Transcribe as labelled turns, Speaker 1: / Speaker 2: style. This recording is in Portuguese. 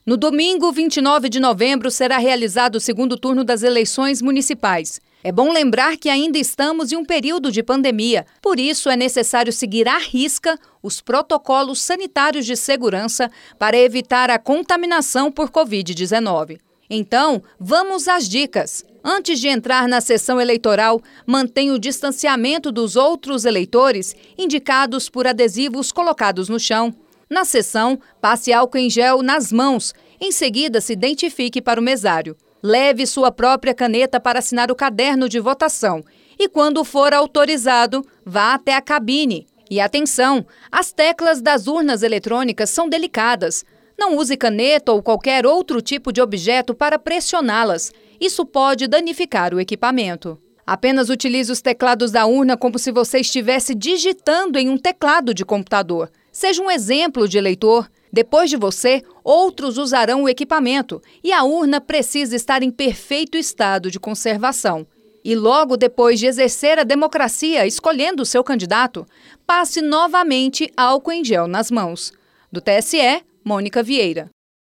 Speaker 1: No domingo, 29 de novembro, será realizado o segundo turno das eleições municipais. É bom lembrar que ainda estamos em um período de pandemia, por isso é necessário seguir à risca os protocolos sanitários de segurança para evitar a contaminação por Covid-19. Então, vamos às dicas. Antes de entrar na sessão eleitoral, mantenha o distanciamento dos outros eleitores indicados por adesivos colocados no chão. Na sessão, passe álcool em gel nas mãos. Em seguida, se identifique para o mesário. Leve sua própria caneta para assinar o caderno de votação. E quando for autorizado, vá até a cabine. E atenção, as teclas das urnas eletrônicas são delicadas. Não use caneta ou qualquer outro tipo de objeto para pressioná-las. Isso pode danificar o equipamento. Apenas utilize os teclados da urna como se você estivesse digitando em um teclado de computador. Seja um exemplo de eleitor. Depois de você, outros usarão o equipamento e a urna precisa estar em perfeito estado de conservação. E logo depois de exercer a democracia escolhendo o seu candidato, passe novamente álcool em gel nas mãos. Do TSE, Mônica Vieira.